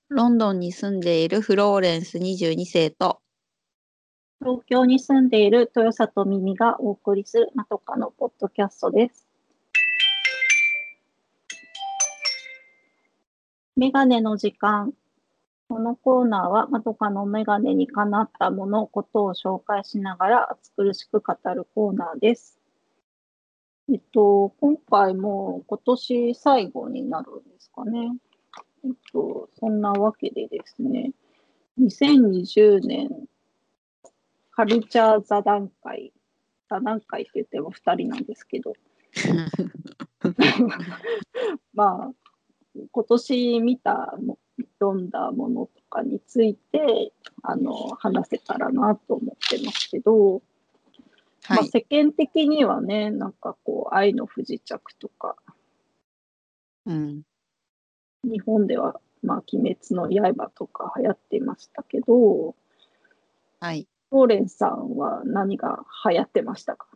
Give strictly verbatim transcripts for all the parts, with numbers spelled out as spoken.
ロンドンに住んでいるフローレンスにじゅうに世と、 東京に住んでいる豊里耳がお送りするまとかのポッドキャストです。メガネの時間。このコーナーはまとかのメガネにかなったもの、ことを紹介しながら暑苦しく語るコーナーです。えっと、今回も今年最後になるんですかね。えっと、そんなわけでですね、にせんにじゅうねんカルチャー座談会、座談会って言ってもふたりなんですけど、まあ、今年見た、読んだものとかについて、あの、話せたらなと思ってますけど、まあ、 はい。 世間的にはね、なんかこう、愛の不時着とか、 うん。 日本では、まあ、鬼滅の刃とか流行ってましたけど、 はい。 ローレンさんは何が流行ってましたか？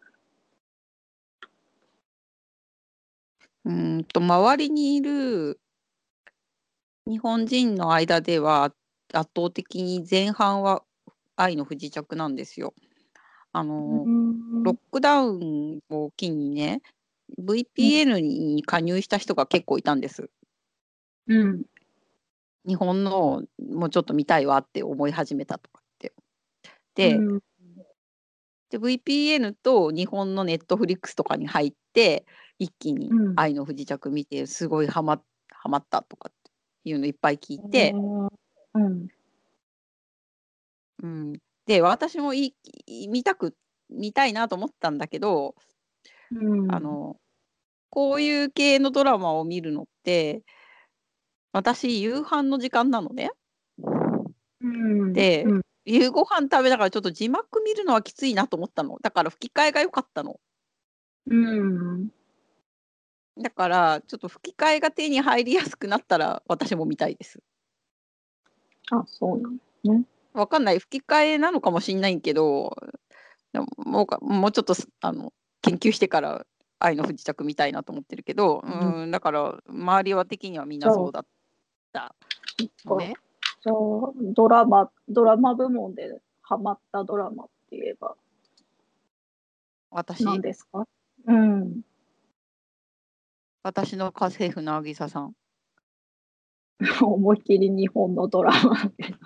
うーんと、周りにいる日本人の間では圧倒的に前半は愛の不時着なんですよ。あうの、ロん。 ックダウンを機にね、ブイピーエヌ に加入した人が結構いたんです。 うん。 日本のもうちょっと見たいわって思い始めたとかって。で、 うん。 で ブイピーエヌ と日本のネットフリックスとかに入って一気にうん。 愛の不時着見てすごいハマハマったとかっていうのいっぱい聞いて、 うん。 うん、で私もいい見たく見たいなと思ったんだけど、 うん。 あのこういう系のドラマを見るのって私夕飯の時間なのね。 うん。 でうん。 夕ご飯食べながらちょっと字幕見るのはきついなと思ったの。だから吹き替えが良かったの。 うん。 だからちょっと吹き替えが手に入りやすくなったら私も見たいです。 あ、そうなんですね。 わかんない、吹き替えなのかもしんないけど、でももうかもうちょっとあの研究してから愛の不時着見たいなと思ってるけど、 うん。 うん、だから周りは的にはみんじゃあ、 なそうだったのかね。 じゃあ、ドラマ、ドラマ部門でハマったドラマって言えば何私ですか？うん。 私の家政婦の渚さん。 思いっきり日本のドラマ。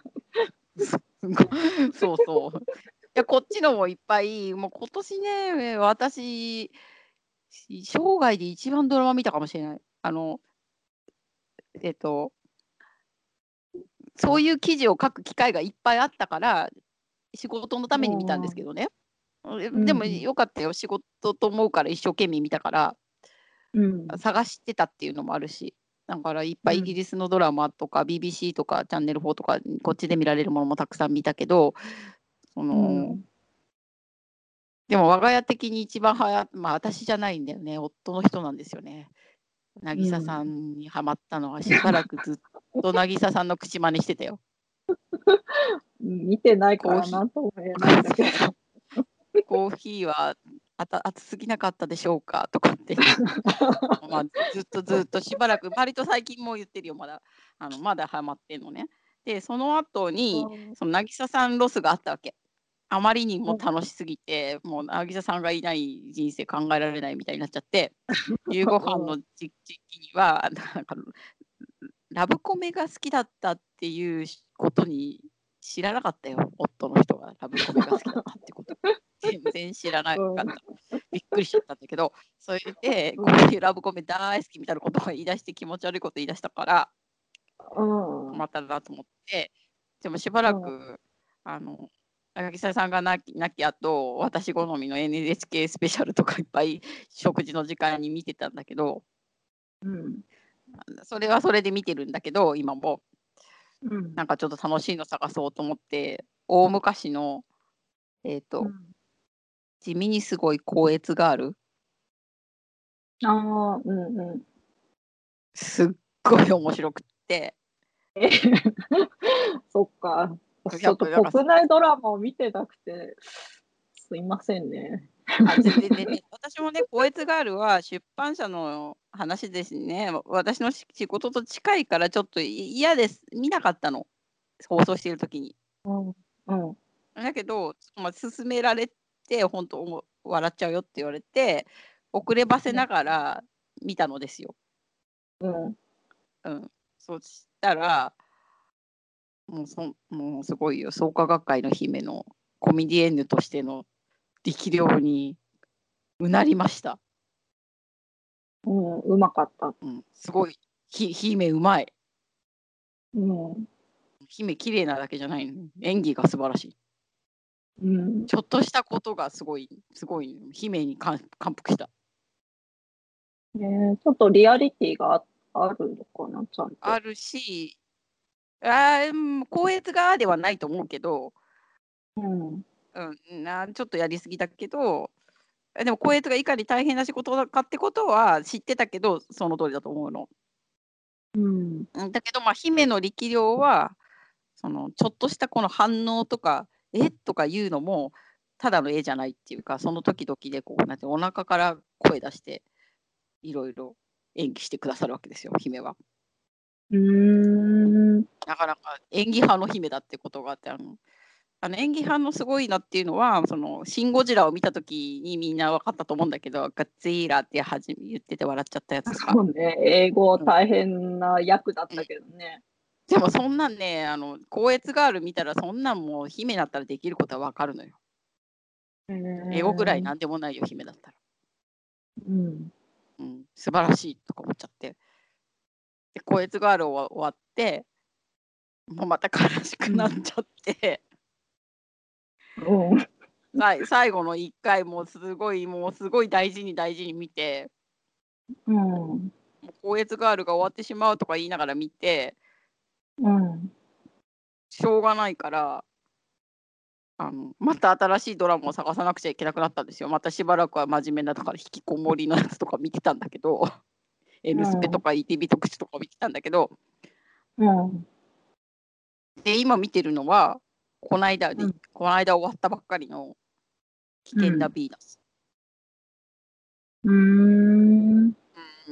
そうそう。いやこっちのもいっぱい、もう今年ね、私生涯で一番ドラマ見たかもしれない。あのえっとそういう記事を書く機会がいっぱいあったから仕事のために見たんですけどね。 うでもん。 よかったよ、仕事と思うから一生懸命見たからうん。 探してたっていうのもあるし、だからいっぱいイギうん。 リスのドラマとか ビービーシー とかチャンネルフォーとかこっちで見られるものもたくさん見たけど、そうのん。 でも我が家的に一番はやまあ私じゃないんだよね、夫の人なんですよね。渚さんにハマったのはしばらくずっと渚さんの口真似してたよ。 見てないかコーヒら何とも言えないんだけど。 ーコーヒーはあた熱すぎなかったでしょうかとかってまあ、ずっとずっとしばらく割と最近も言ってるよ、まだあのまだハマってんのね。でその後にその渚さんロスがあったわけ。あまりにも楽しすぎてもう渚さんがいない人生考えられないみたいになっちゃって、夕ご飯の時期にはなんかラブコメが好きだったっていうことに知らなかったよ、夫の人がラブコメが好きだったってこと。全然知らなかった。びっくりしちゃったんだけど、それでこういうラブコメ大好きみたいなことを言い出して気持ち悪いこと言い出したから困ったなと思って、でもしばらくあの渚さんがなきなきあと私好みの エヌエイチケー スペシャルとかいっぱい食事の時間に見てたんだけど、 うん。 それはそれで見てるんだけど今もうん。 なんかちょっと楽しいの探そうと思って大昔のえっ、ー、と、 うん。 地味にすごい高越がある。 ああ、うんうん。 すっごい面白くって。 そっか。私ちょっとやっぱなんか国内ドラマを見てなくて、すいませんね。 あ、全然全然。私もね、高越ガールは出版社の話ですね。私の仕事と近いからちょっと嫌です。見なかったの。放送している時に。 うんうん。 だけど、まあ、勧められて、本当笑っちゃうよって言われて、遅ればせながら見たのですよ。 うん。 うん。そしたら、もうそもうすごいよ。創価学会の姫のコメディエンヌとしての力量にうなりました。 うん、うまかった。 うん、すごい。ひ姫うまい。 うん。 姫綺麗なだけじゃないの。演技が素晴らしい。 うん。 ちょっとしたことがすごい、すごい、姫に感感服した。 えー、ちょっとリアリティがああるのかな、ちゃんと。 あるし、あー高越側ではないと思うけど、 うん。 うん、なちょっとやりすぎだけど、でも高越がいかに大変な仕事かってことは知ってたけど、その通りだと思うの。 うん。 うんだけど、まあ、姫の力量は、そのちょっとしたこの反応とか、えとかいうのも、ただの絵じゃないっていうか、その時々でこう、なんてお腹から声出して、いろいろ演技してくださるわけですよ、姫は。 うーん。 なかなか演技派の姫だってことがあって、あのあの演技派のすごいなっていうのは、そのシン・ゴジラを見た時にみんな分かったと思うんだけど、ガッツイーラーってはじめ言ってて笑っちゃったやつとか。 そうね。英語うん、 大変な役だったけどね。 でもそんなんね、あの、光悦ガール見たらそんなんもう姫だったらできることは分かるのよ。 へ英語ぐらいえ。 なんでもないよ、姫だったら。 うん。 うん、素晴らしいとか思っちゃって。で、光悦ガール終わって、もうまた悲しくうん。 なっちゃって、 うん。 最後のいっかいもすごい、もうすごい大事に大事に見て、 うん。 もう光悦ガールが終わってしまうとか言いながら見て、 うん。 しょうがないから、あのまた新しいドラマを探さなくちゃいけなくなったんですよ。またしばらくは真面目なだから引きこもりのやつとか見てたんだけど、 う N スペとん。 か イーティービー 特集とか見てたんだけど、 うん。 で、今見てるのは、この間で、 うん。 この間終わったばっかりの危険なうん。 ビーナス。 うーん。 うん、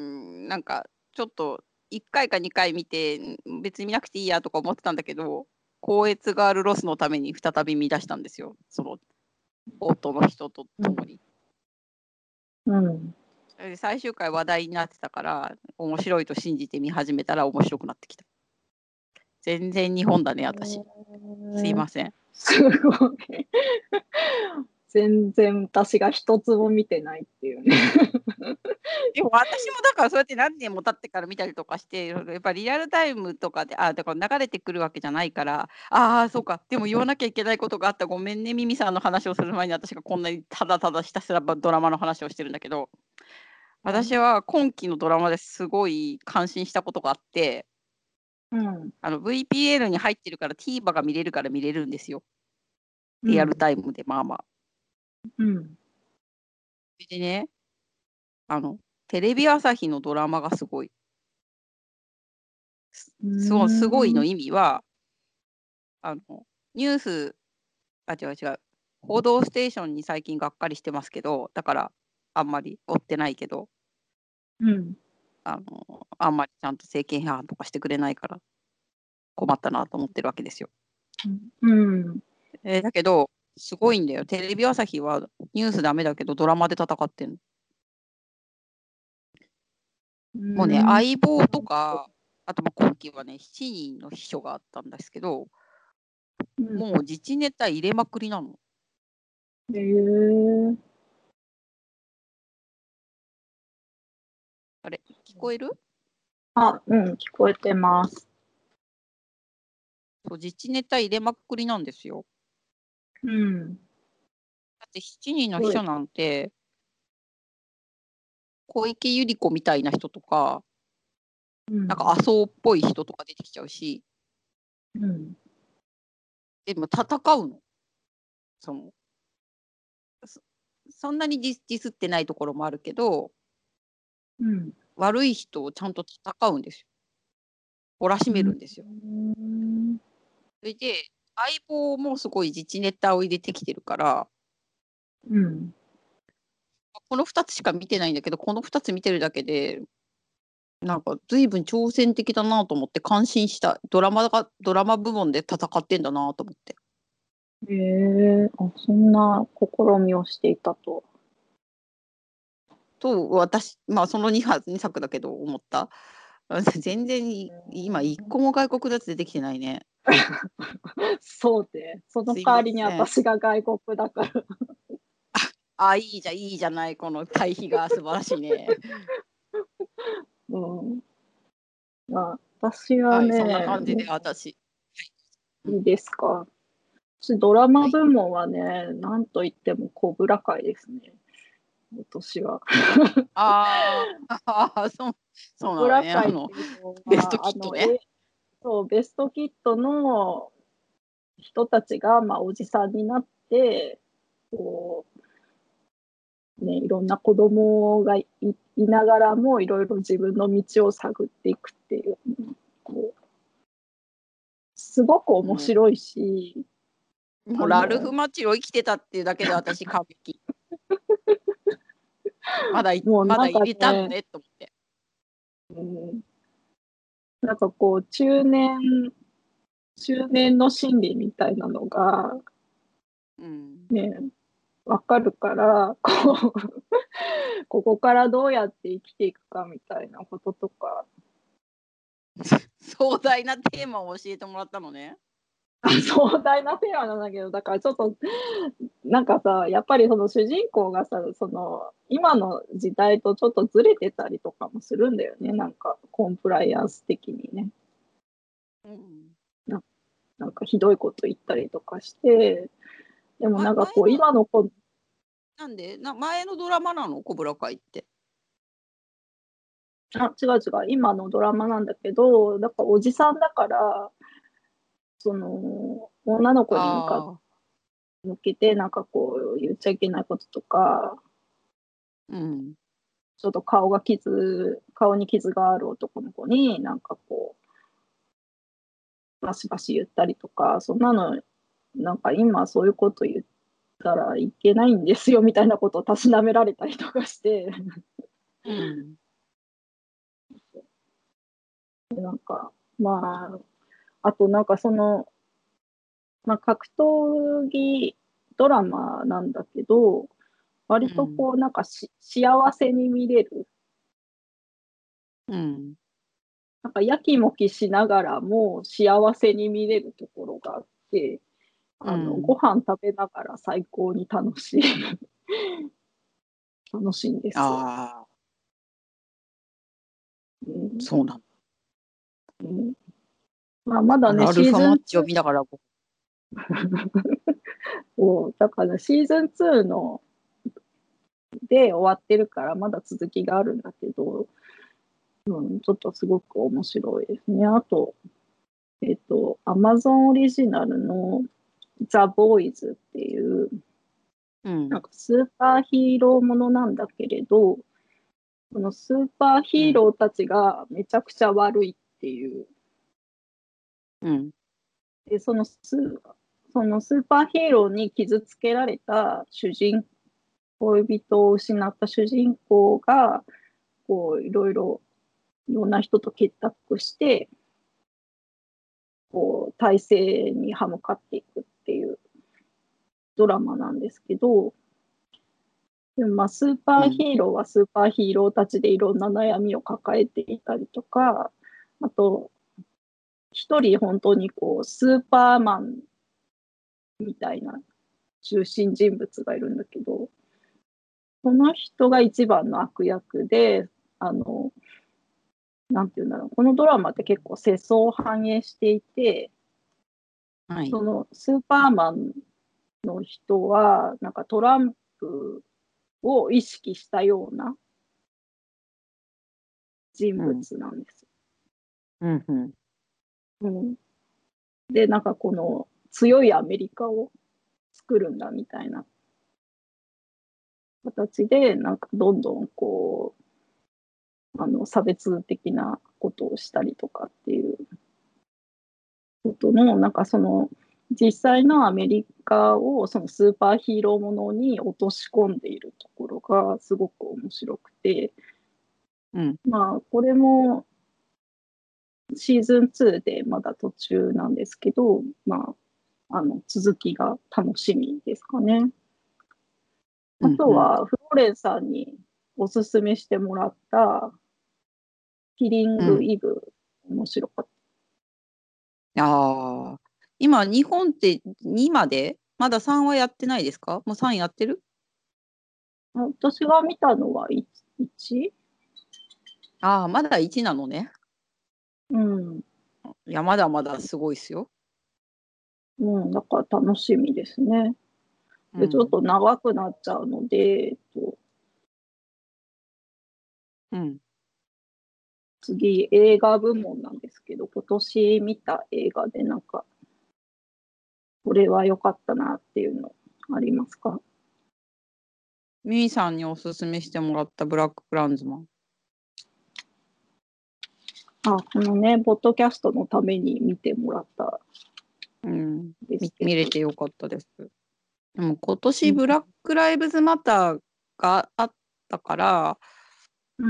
なんかちょっといっかいかにかい見て、別に見なくていいやとか思ってたんだけど、光悦ガールロスのために再び見出したんですよ。その夫の人と共に。 うん。 で最終回話題になってたから面白いと信じて見始めたら面白くなってきた。全然日本だね私。すいません。 すごい。全然私が一つも見てないっていうね。 でも私もだからそうやって何年も経ってから見たりとかして、やっぱリアルタイムとかで、あ、だから流れてくるわけじゃないから、ああ、そうか、でも言わなきゃいけないことがあった、ごめんね、ミミさんの話をする前に私がこんなにただただひたすらドラマの話をしてるんだけど、私は今期のドラマですごい感心したことがあって、 うん。 あの ブイピーエル に入ってるから TVer が見れるから見れるんですよ。リアルうん。 タイムで、まあまあ。 うん。 でね、あの、テレビ朝日のドラマがすごい。すうすごいすごいのん。 意味は、あの、ニュース、あ、違う違う、報道ステーションに最近がっかりしてますけど、だからあんまり追ってないけど、 うん。 あの、あんまりちゃんと政権批判とかしてくれないから困ったなと思ってるわけですよ。 うん。 えーだけど、すごいんだよ。テレビ朝日はニュースダメだけど、ドラマで戦ってんの。もうね、 うん。 相棒とか、あとまあ今期はね、しちにんの秘書があったんですけど、もう自治ネタ入れまくりなの。 へえ。 あれ、聞こえる？ あ、うん、聞こえてます。 そう、自治ネタ入れまくりなんですよ。 うん。 だってしちにんのすごい。 秘書なんて、小池百合子みたいな人とか、なんかうん。 麻生っぽい人とか出てきちゃうし、 うん。 でも戦うの。そのそそんなにディスディスってないところもあるけど、 うん。 悪い人をちゃんと戦うんですよ。懲らしうん。 めるんですよ。それで、相棒もすごい自治ネタを入れてきてるから、 うん。 このふたつしか見てないんだけど、このふたつ見てるだけで、なんか随分挑戦的だなと思って感心した。ドラマがドラマ部門で戦ってんだなと思って。 へえ、あ、そんな試みをしていたと。 と、私、まあ、そのにはにさくだけど思った。あ、全然い今いっこも外国のやつ出てきてないね。 そうで、そのすい代わりにません。 私が外国だから。 あ、いいじゃんいいじゃない、この対比が素晴らしいね。 うん。あ、私ははい、そんなね、 感じで私うん。 いいですか。私ドラマはい。 部門はね、なんと言ってもコブラ会ですね。今年は。 ああ、そうコそうなのね。あブラ会っの、 ていうのベストは、あの、 キットね。 え、そう、ベストキッドの人たちが、まあ、おじさんになって、こう、ね、いろんな子供がい、いながらも、いろいろ自分の道を探っていくっていう、こう、すごく面も白いし、 うもうラルフ・あの、 マチロ生きてたっていうだけで私感激。まだいまだもうなんか入れたのね、 ねと思って。 うん、なんかこう、中年、中年の心理みたいなのが、 うん。 ね、わかるから、こう、ここからどうやって生きていくかみたいなこととか、 壮大なテーマを教えてもらったのね。 壮大なテーマなんだけど、だからちょっと、なんかさ、やっぱりその主人公がさ、その、今の時代とちょっとずれてたりとかもするんだよね。なんか、コンプライアンス的にね。 うん。 な、なんかひどいこと言ったりとかして、でもまなんかこう、 前の今の子、 なんで、な前のドラマなの？コブラ会って。 あ、違う違う、今のドラマなんだけど、だからおじさんだから、その、女の子に向かっああ、 向けて、なんかこう、言っちゃいけないこととか、 うん。 ちょっと顔が傷、顔に傷がある男の子に、なんかこう、バシバシ言ったりとか、そんなの、なんか今そういうこと言ったらいけないんですよみたいなことをたしなめられたりとかして、 うん。 なんか、まあ、あとなんかその、まあ、格闘技ドラマなんだけど、割とうん。 こう、なんかし幸せに見れる。 うん。 なんかやきもきしながらも幸せに見れるところがあって、あの、 うん。 ご飯食べながら最高に楽しい楽しいんですよ。 ああ、 うん、 そうなんうん、まあ、まだだ。 ね、 ラルファシーズンマッチを見ながら、こツーを、だからシーズンツーので終わってるから、まだ続きがあるんだけど、うん、ちょっとすごく面白いですね。あと、えっと、アマゾンオリジナルのザ・ボーイズっていう、 うん。 なんかスーパーヒーローものなんだけれど、このスーパーヒーうん。 ローたちがめちゃくちゃ悪いっていう、 うん。 でそのスそのスーパーヒーローに傷つけられた主人恋人を失った主人公がこういろいろいろんな人と結託してこう体制に歯向かっていくっていうドラマなんですけど、でもまあスーパーうん。 ヒーローはスーパーヒーローたちでいろんな悩みを抱えていたりとか、あと一人本当にこうスーパーマンみたいな中心人物がいるんだけど、その人が一番の悪役で、あの、なんていうんだろう、このドラマって結構世相を反映していて、 はい。 そのスーパーマンの人は、なんかトランプを意識したような人うん。 物なんです。 うん。うん。 うん、で、なんかこの強いアメリカを作るんだみたいな形で、なんかどんどんこう、あの差別的なことをしたりとかっていうことの、なんかその実際のアメリカをそのスーパーヒーローものに落とし込んでいるところがすごく面白くて、 うん。 まあ、これもシーズンツーでまだ途中なんですけど、まあ、あの続きが楽しみですかね。あとうんうん。 はフローレンさんにおすすめしてもらったキリングうん。 イブ、面白かっああ。今、日本ってにまでまださんはやってないですか？もうさんやってる？ た。私が見たのは いち? ああ、まだいちなのね。 うん。 いや、まだまだすごいっすよ。 うん、だから楽しみですね。で、ちょっうん。 と長くなっちゃうので、えっと、 うん。 次、映画部門なんですけど、今年見た映画でなんか、これは良かったなっていうのありますか？ ミミさんにおすすめしてもらったブラッククランズマン。 あ、このね、ポッドキャストのために見てもらったうん。見、 んですけど。 見れてよかったです。でも今うん。 年ブラックライブズマターがあったから、 うん。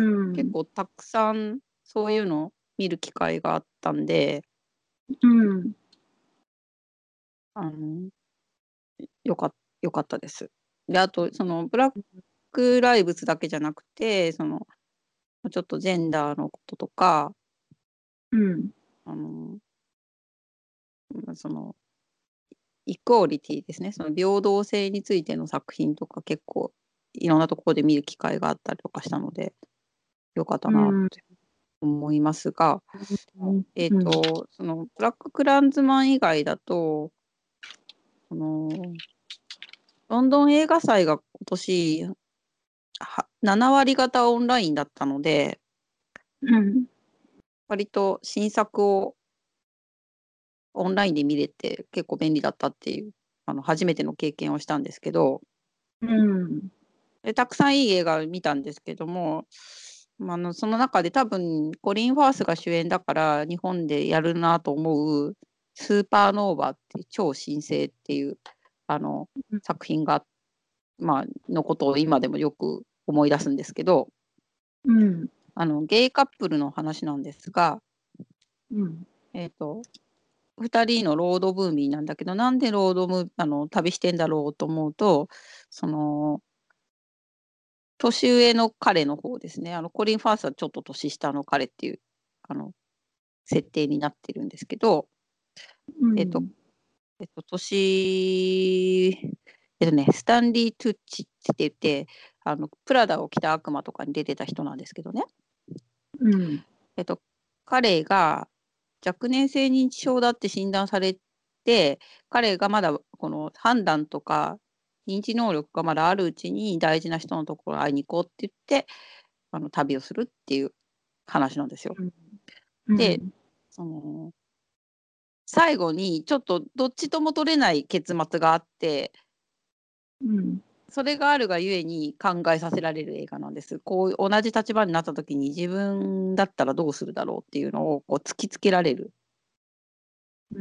結構たくさんそういうの見る機会があったんで、 うん。 あの、よか、よかったです。で、あと、そのブラックライブズだけじゃなくて、その、ちょっとジェンダーのこととか、 うん。 あの、その、イクオリティですね。その平等性についての作品とか結構いろんなところで見る機会があったりとかしたので、よかったうん。 なって思いますが、 うん。 えっうん。 と、そのブラッククランズマン以外だと、そのロンドン映画祭が今年はなな割方オンラインだったので、 うん。 割と新作をオンラインで見れて結構便利だったっていう、あの初めての経験をしたんですけど、 うん。 でたくさんいい映画を見たんですけども、まあ、あのその中で多分コリン・ファースが主演だから日本でやるなと思うスーパーノーバーっていう超新星っていうあの作品が、まあのことを今でもよく思い出すんですけど、 うん。 あのゲイカップルの話なんですが、 うん。 えっとふたりのロードムービーなんだけど、なんでロードムあの旅してんだろうと思うと、その年上の彼の方ですね。あのコリン・ファースはちょっと年下の彼っていうあの設定になってるんですけど、えっと、 うん。 えっと、年、えっとね、スタンリー・トゥッチって言って、あのプラダを着た悪魔とかに出てた人なんですけどね。 うん。 えっと、彼が若年性認知症だって診断されて、彼がまだこの判断とか認知能力がまだあるうちに大事な人のところ会いに行こうって言って、あの旅をするっていう話なんですよ。で、 うん。 その最後にちょっとどっちとも取れない結末があって、 うん。 それがあるがゆえに考えさせられる映画なんです。こう同じ立場になった時に自分だったらどうするだろうっていうのをこう突きつけられるうん。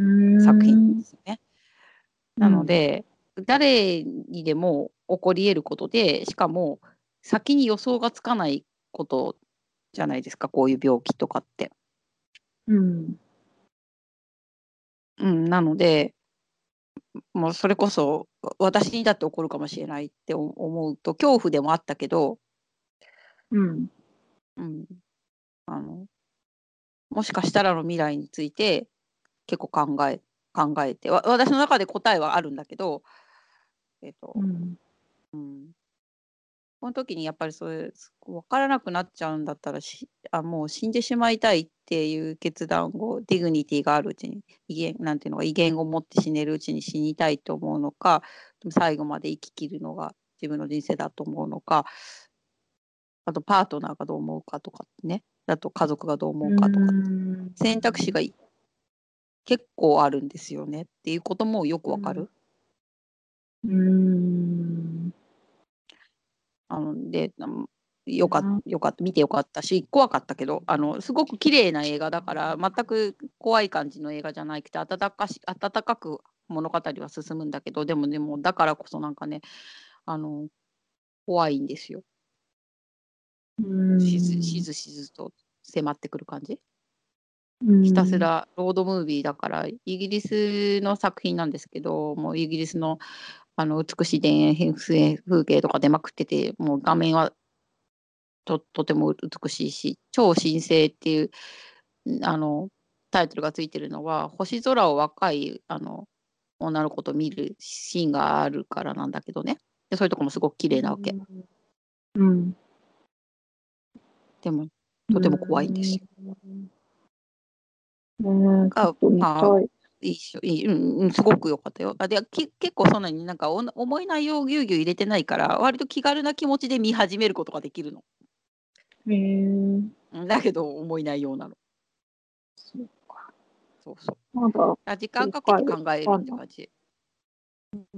作品うん。 ですよね。なのうん。 で誰にでも起こり得ることで、しかも先に予想がつかないことじゃないですか、こういう病気とかって。 うん。 うん、なのでもうそれこそ私にだって起こるかもしれないって思うと恐怖でもあったけど、 うん。 うん、あのもしかしたらの未来について結構考え考えて、わ私の中で答えはあるんだけど、えっとうん。 うん、この時にやっぱりそういう分からなくなっちゃうんだったらしあもう死んでしまいたいっていう決断を、ディグニティがあるうちに威厳なんていうのが威厳を持って死ねるうちに死にたいと思うのか、最後まで生き切るのが自分の人生だと思うのか、あとパートナーがどう思うかとかね、あと家族がどうう思うかとか、 ん。 選択肢が結構あるんですよねっていうこともよくわかる。 うん。 あのでよかったよかった見てよかったし怖かったけどあのすごく綺麗な映画だから全く怖い感じの映画じゃなくて温かし温かく物語は進むんだけどでもでもだからこそなんかねあの怖いんですよ。しずしずしずと迫ってくる感じ。ひたすらロードムービーだからイギリスの作品なんですけどもうイギリスのあの美しい田園風景とか出まくっててもう画面はととても美しいし超新星っていうあのタイトルがついてるのは星空を若いあの女の子と見るシーンがあるからなんだけどねでそういうとこもすごく綺麗なわけ、 うん、 でもとても怖いんですよ。 うん、ちょっと見たい。 いいっしょいい、うんうん、すごく良かったよ。あでき結構そんなになんかお重い内容をぎゅうぎゅう入れてないから割と気軽な気持ちで見始めることができるの。 へえ。 だけど重い内容なの。 そうか。 そうそう。 まだあ時間かけて考えるって感じ。 うん。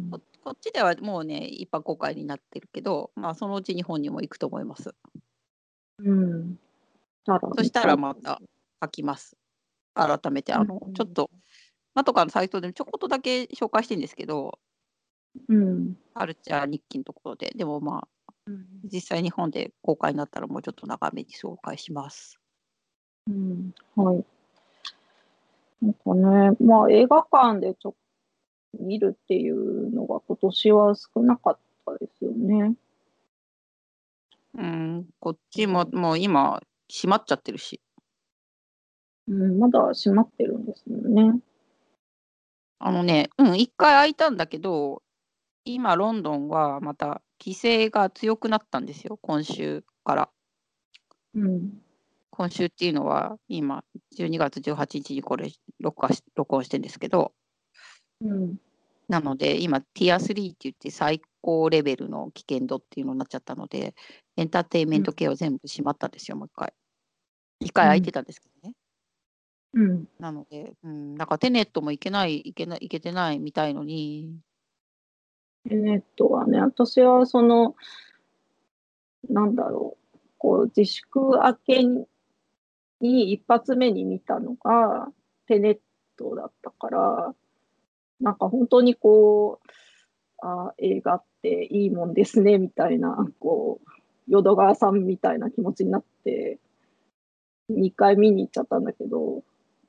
ここっちではもうね一般公開になってるけど、まあ、そのうち日本にも行くと思います。 うん。たらそしたらまた書きます。改めてあの、 うん、 ちょっとなんとかのサイトでちょこっとだけ紹介してるんですけど、 うん。 カルチャー日記のところででもまあ、 うん、 実際日本で公開になったらもうちょっと長めに紹介します。 うん、はい。なんかね、まあ映画館でちょっと見るっていうのが今年は少なかったですよね。 うん、こっちももう今閉まっちゃってるし。 うん、まだ閉まってるんですよね。 あのね、うん、一回開いたんだけど、今ロンドンはまた規制が強くなったんですよ、今週から。 うん。 今週っていうのは今じゅうにがつじゅうはちにちにこれ録画し録音してるんですけど、 うん。 なので今ティアスリーって言って最高レベルの危険度っていうのになっちゃったので、エンターテインメント系は全部閉まったんですよ、もう一回。一回空いてたんですけどね。 うん。 なので、うん、なんかテネットも行けない、行けない、行けてないみたいのに。 テネットはね、私はその、なんだろう、こう自粛明けに一発目に見たのがテネットだったから、なんか本当にこう、あ映画っていいもんですねみたいな、こう、淀川さんみたいな気持ちになって、にかい見に行っちゃったんだけど、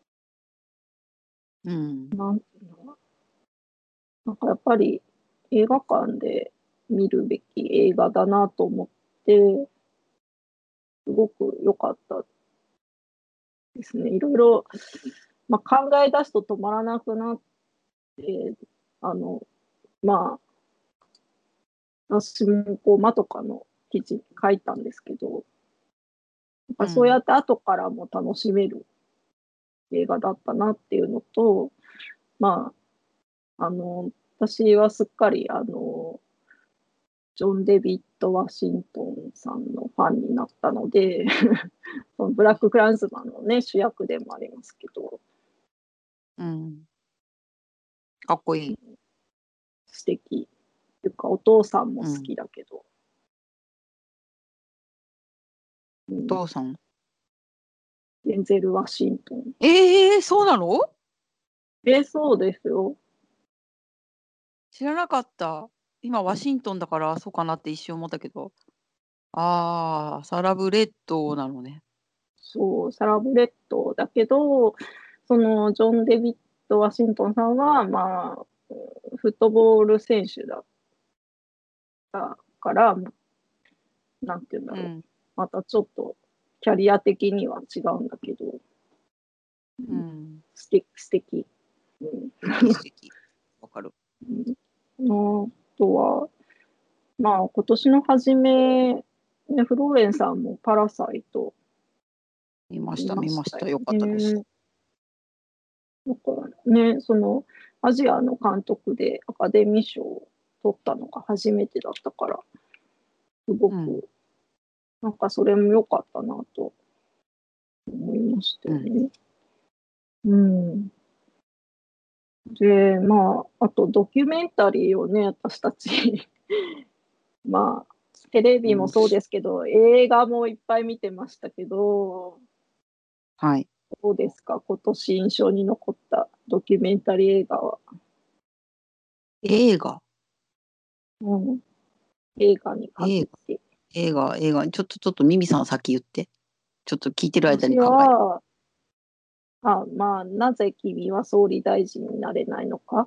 うん、 なんていうの、なんかやっぱり映画館で見るべき映画だなと思って、すごく良かったですね。いろいろ、まあ、考え出すと止まらなくなって、あの、まあ、私もこう、間とかの記事に書いたんですけど、なんかそうやって後からも楽しめる映画だったなっていうのと、まあ、あの、私はすっかり、あの、ジョン・デビッド・ワシントンさんのファンになったので、そのブラック・クランズマンのね、主役でもありますけど、 うん、かっこいい。 素敵。っていうか、お父さんも好うん、 きだけど、うおん、 父さん。 デンゼル・ワシントン。 えー、そうなの？ え、そうですよ。 知らなかった。今ワシントンだからそうかなって一瞬思ったけど。ああ、サラブレッドなのね。 そう、サラブレッドだけど、そのジョン・デビッド・ワシントンさんは、まあ、フットボール選手だったから、なんていうんだろう。 うん、 またちょっとキャリア的には違うんだけど、 うん。 素敵、素敵。うん、 素敵素敵。わかる。 あとは、まあ、今年の初め、ね、フローレンさんもパラサイト見ました、 見ま見ました。 したよよかったです。 ね。だからね、そのアジアの監督でアカデミー賞を取ったのが初めてだったから、すごうん、 く、なんかそれも良かったなと思いましたうん、 よね。うん。で、まあ、あとドキュメンタリーをね、私たちまあ、 テレビうん。 もそうですけど、映画もいっぱい見てましたけど、 はい。 どうですか、今年印象に残ったドキュメンタリー映画は。 映画うん、映画に限映画って。 映画映画、ちょっとちょっとミミさん先言って。ちょっと聞いてる間に私考える。 は、あ、まあ、なぜ君は総理大臣になれないのか。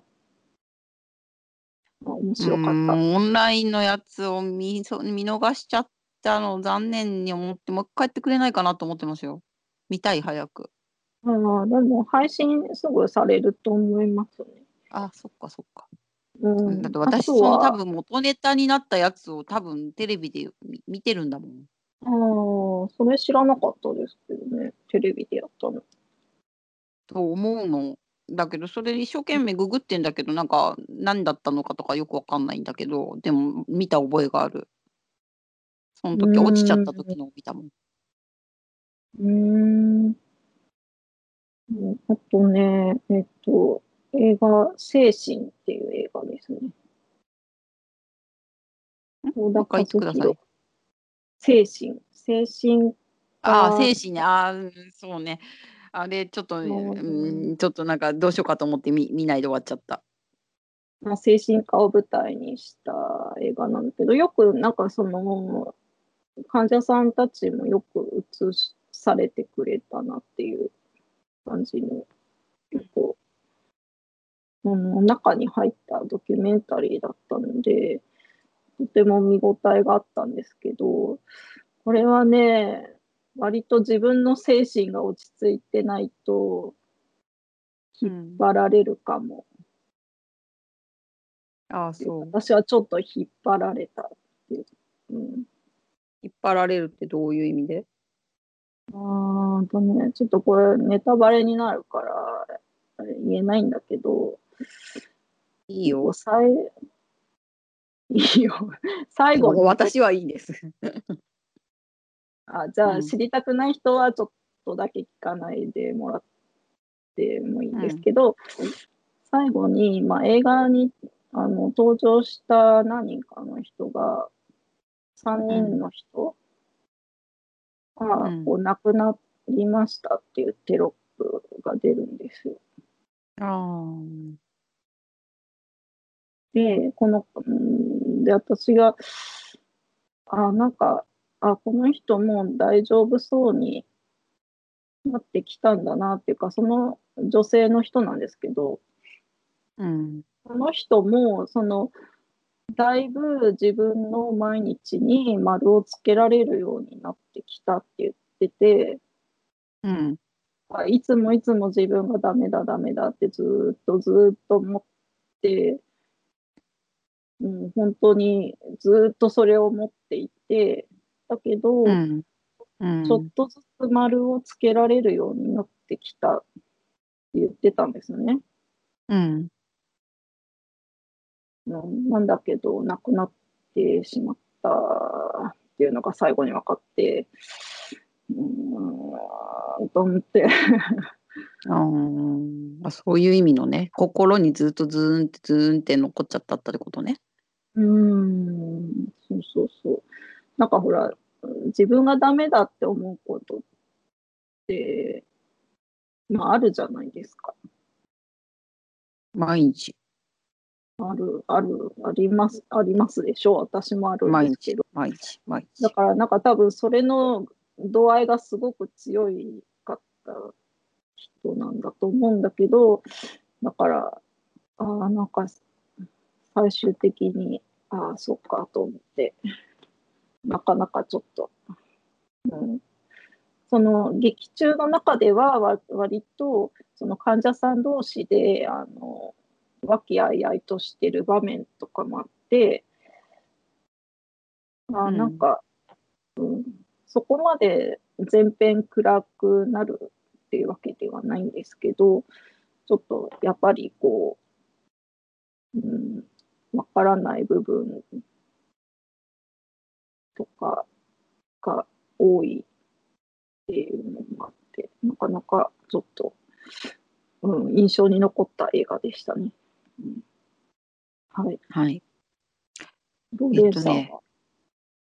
まあ、面うー白かった。 ん、オンラインのやつを見そ見逃しちゃったのを残念に思って、もう一回やってくれないかなと思ってますよ。見たい、早く。 ああ、でも配信すぐされると思いますね。 あ、そっかそっか。 ううん、だっん、あて私、その多とは、 分元ネタになったやつを多分テレビでみ見てるんだもん。 ああ、それ知らなかったですけどね、テレビでやったの。 と思うの。だけど、それ一生懸命ググってんだけど、なんか、何だったのかとかよくわかんないんだけど、でも見た覚えがある。そのう時落ちちゃっーん、 た時のを見たもん。 うーん。うんあとね、えっと、映画、精神っていう映画ですね。 ん？ 小田もう一回言ってください。 和弘。精神、精神ああ、 科精神ね。ああ、うん、そうね。あれちょっと、 の、 うん、ちょっとなんかどうしようかと思ってみ見ないで終わっちゃった。 まあ、精神科を舞台にした映画なんだけど、よくなんかその患者さんたちもよく映されてくれたなっていう感じの、結構、うん、中に入ったドキュメンタリーだったので、とても見応えがあったんですけど、これはね、割と自分の精神が落ち着いてないと引っうん。 張られるかもああ、 っていう。 そう。 私はちょっと引っ張られたっていう。うん、 引っ張られるってどういう意味で？ あーとね、ちょっとこれネタバレになるからあれ言えないんだけど、結構いいよ。 さいいいよ。最後にちょっ私はいいです。 と、あ、じゃあうん。 知りたくない人はちょっとだけ聞かないでもらってもいいんですうん。 けど、最後に、まあ、映画にあの登場した何人かの人が、3人うん。 の人がうん。 こう亡くなりましたっていうテロップが出るんですよ。 ああ。 で、この、んで、私が、あ、なんか、あ、この人も大丈夫そうになってきたんだなっていうか、その女性の人なんですけど、 うん。 この人も、その、だいぶ自分の毎日に丸をつけられるようになってきたって言ってて、 うん。 あいつもいつも自分がダメだダメだってずっとずっと思って、うん、本当にずっとそれを持っていて、だけど、 うん。うちょっん。 とずつ丸をつけられるようになってきたって言ってたんですね。 うん。 うん、なんだけど、亡くなってしまったっていうのが最後に分かって、うーん、と思って。 ああ、あ、そういう意味のね、心にずっとズーンってズーンって残っちゃったってことね。 うーん、そうそうそう。なんかほら、自分がダメだって思うことって、まああるじゃないですか。 毎日、 ある、ある、あります、ありますでしょう。私もあるんで毎日、 すけど。 毎日、毎日。 だからなんか多分それの度合いがすごく強いかった人なんだと思うんだけど、だから、ああ、なんか最終的に、ああ、そっかと思って、なかなかちょっと、うん、その劇中の中ではわ割とその患者さん同士であの和気あいあいとしてる場面とかもあって、あうん。 なんか、うん、そこまで全編暗くなるっていうわけではないんですけど、ちょっとやっぱりこう、うん、わからない部分とかが多いっていうのもあって、なかなかちょっと、うん、印象に残った映画でしたね。うん、はい。 はい。 ロえっレンさんは、 とね、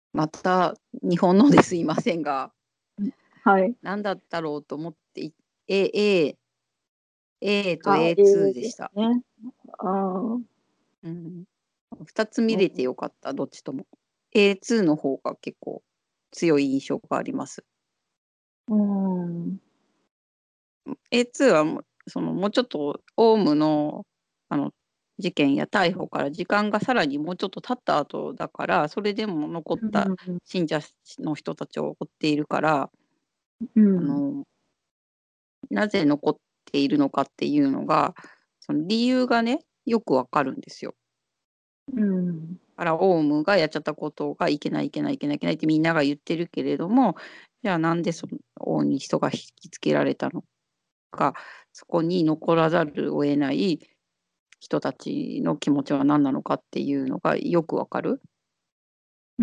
また日本のですいませんが、 はい。 何だったろうと思ってい、A、A、A とあ、 エーツー英でした。 ですね。ああ、 うん、ふたつ見うれてよかった、どっちとも。エーツー の方が結構強い印象があります。 ん。 エーツー はもうそのもうちょっとオウムのあの事件や逮捕から時間がさらにもうちょっと経った後だから、それでも残ったうん。 信者の人たちを追っているから、 うん。 あのなぜ残っているのかっていうのが、その理由がね、よくわかるんですよ。 うん。 だからオウムがやっちゃったことがいけないいけないいけないいけないってみんなが言ってるけれども、じゃあなんでその王に人が引きつけられたのか、そこに残らざるを得ない人たちの気持ちは何なのかっていうのがよくわかる。 うん。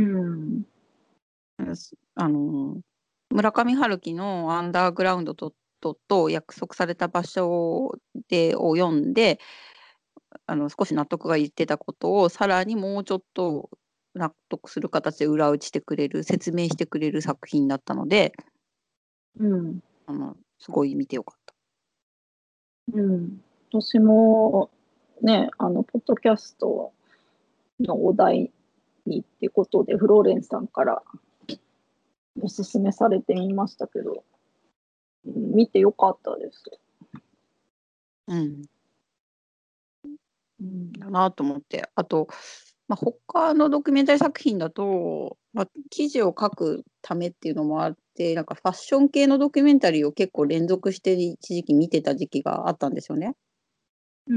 あの村上春樹のアンダーグラウンドととと約束された場所でを読んで、あの少し納得がいってたことをさらにもうちょっと納得する形で裏打ちしてくれる、説明してくれる作品だったので、 うん。 あのすごい見てよかった。 うん。私もね、あの、ポッドキャストのお題にってことで、フローレンスさんからおすすめされてみましたけど、うん見てよかったです。 うん、 うん。 だなと思って。あと、まあ、他のドキュメンタリー作品だと、まあ、記事を書くためっていうのもあって、なんかファッション系のドキュメンタリーを結構連続して一時期見てた時期があったんですよね。 うん。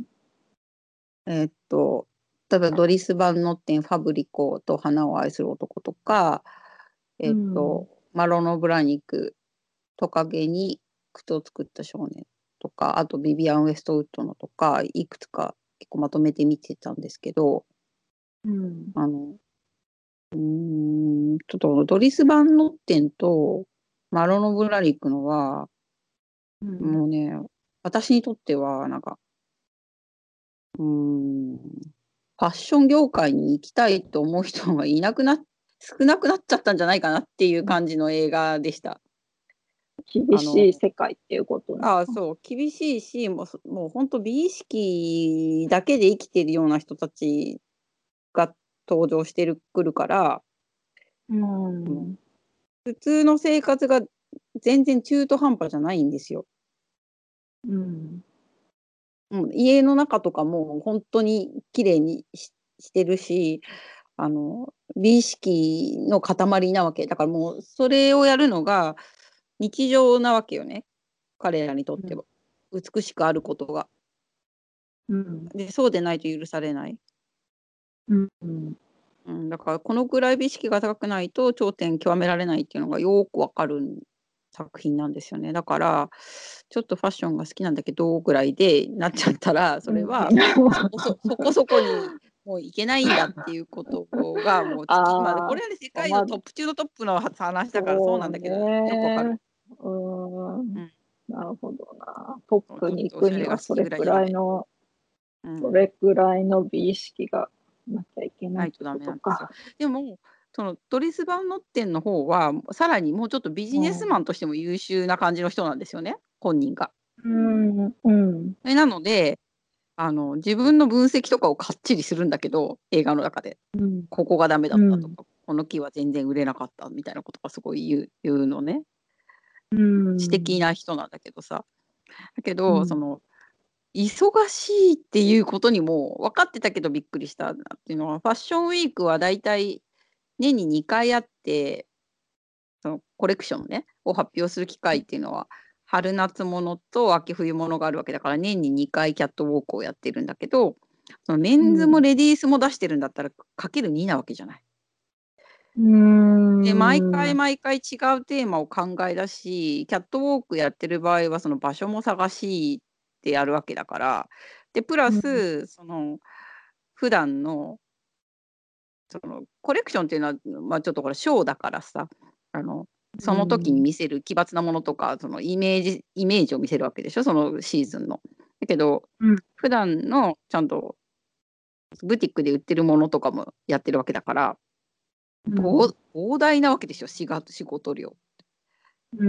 えーっと、例えばドリス・バンノッテン、ファブリコと花を愛する男とか、えーっうん。 と、マロノ・ブラニク、トカゲに靴を作った少年とか、あとビビアン・ウェストウッドのとか、いくつか結構まとめて見てたんですけど、 うん。 あの、うーん、ちょっとドリス・バンノッテンとマロノ・ブラニクのは、 うん。 もうね、私にとっては、なんか、うーん、ファッション業界に行きたいと思う人がいなくなっ、少なくなっちゃったんじゃないかなっていう感じの映画でした。 厳あの、 しい世界っていうことですああ、 か？ そう、厳しいし、もうそ、もう本当美意識だけで生きてるような人たちが登場してるくるから、 うあのん。 普通の生活が全然中途半端じゃないんですよ。 うん。 もう家の中とかも本当に綺麗にししてるし、あの、美意識の塊なわけ。だからもうそれをやるのが日常なわけよね。彼らにとっては。美しくあることが。 うん。 で、そうでないと許されない。 うん。うん。 うん、だからこのぐらい美意識が高くないと頂点極められないっていうのがよくわかる作品なんですよね。だからちょっとファッションが好きなんだけどぐらいでなっちゃったら、そうん。 れはそこそそこそこにもういけないんだっていうことがもうつき、まあこあれはね世あ、まあ、 界のトップ中のトップの話だからそうそうなんだけど、よくわかる。 ね。うん。 うん、 なるほどな。トップちょっに行くにとおしゃれが好はそれくきぐらいじゃダメ。 らいの、 うん。 それくらいの美意識がなきゃいけないってないとダメなんですよ。 ことか。 でも、そのドリス・バンノッテンの方は、さらにもうちょっとビジネスマンとしても優秀な感じの人なんですよね、本人が。 うん。うん。 えなので、あの、自分の分析とかをかっちりするんだけど、映画の中で。 うん。 ここがダメだっうん。 たとか、この木は全然売れなかったみたいなことがすごい言う言うのね。 う知的ん。 な人なんだけどさ。だけど、そうん。 の、忙しいっていうことにも分かってたけどびっくりしたなっていうのは、ファッションウィークはだいたい年ににかいあって、そのコレクションね、を発表する機会っていうのは、春夏物と秋冬物があるわけだから、年ににかいキャットウォークをやってるんだけど、そのメンズもレディースも出してるんだったら、かけるになわけじゃない。 うで、毎ん。うん。 回毎回違うテーマを考えだし、キャットウォークやってる場合は、その場所も探してやるわけだから、で、プラス、その、普段の、その、コレクションっていうのは、まあ、ちょっとこれショーだからさ、あの、その時に見せる奇抜なものとか、そのイメージイメージを見せるわけでしょ、そのシーズンの。だけど、 うん。 普段のちゃんとブティックで売ってるものとかもやってるわけだから、 ぼう膨大なわけですよ、しが仕事量。 うん。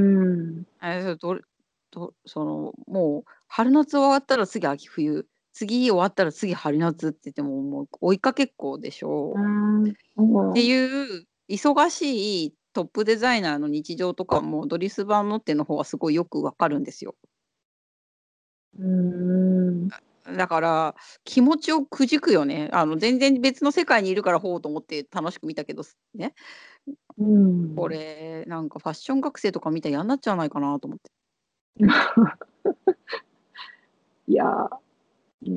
え、そどれどその、もう春夏終わったら次秋冬、次終わったら次春夏って言っても、もう追いかけっこでしょ。 うーん。うってん。 いう忙しいトップデザイナーの日常とかも、ドリス・バンノッテの方はすごいよくわかるんですよ。 うーん。 だから、気持ちをくじくよね。あの、全然別の世界にいるから、ほうと思って楽しく見たけど、すね。 うこん。 れ、なんかファッション学生とか見たら嫌んなっちゃわないかなと思って。 いや、うん、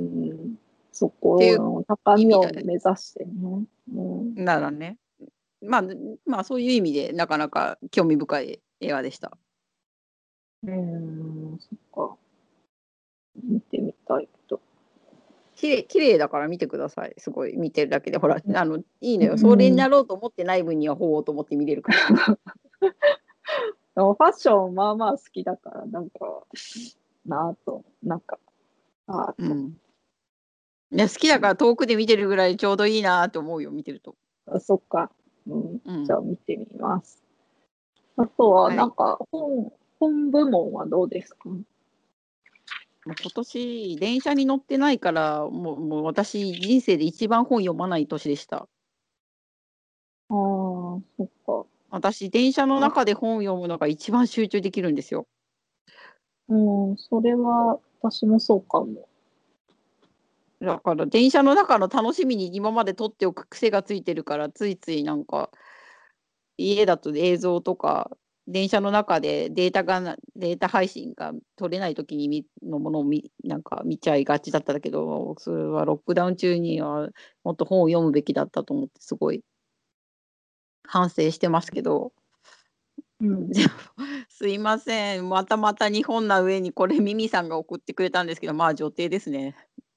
そっていうこの高み意味でを目指してね。うん。 ならね。まあ、ぬまあ、そういう意味でなかなか興味深い映画でした。 うーん、そっか。見てみたいけど。 きれい綺麗だから見てください。すごい見てるだけで、ほら、 うあの、いいのよ。それにうん。 なろうと思ってない分には、ほおと思って見れるから。 でもファッションまあまあ好きだから、なんか、なあと、なんか、ああと。 うん。いや、好きだから遠くで見てるぐらいちょうどいいなと思うよ、見てると。 あ、そっか。うん。 うん。 じゃあ見てみます。あとははい。 なんか、本本部門はどうですか？ もう今年電車に乗ってないから、もうもう私人生で一番本読まない年でした。 ああ、そっか。 私、電車のあ、 中で本を読むのが一番集中できるんですよ。 うん、それは私もそうかも。 だから電車の中の楽しみに今まで取っておく癖がついてるから、ついついなんか、家だと映像とか、電車の中でデータがなデータ配信が取れない時にみのものをみなんか見ちゃいがちだったんだけど、それはロックダウン中にはもっと本を読むべきだったと思ってすごい反省してますけど、 うん。 でも、すいません、またまた日本な上にこれミミさんが送ってくれたんですけど、まあ、女帝ですね。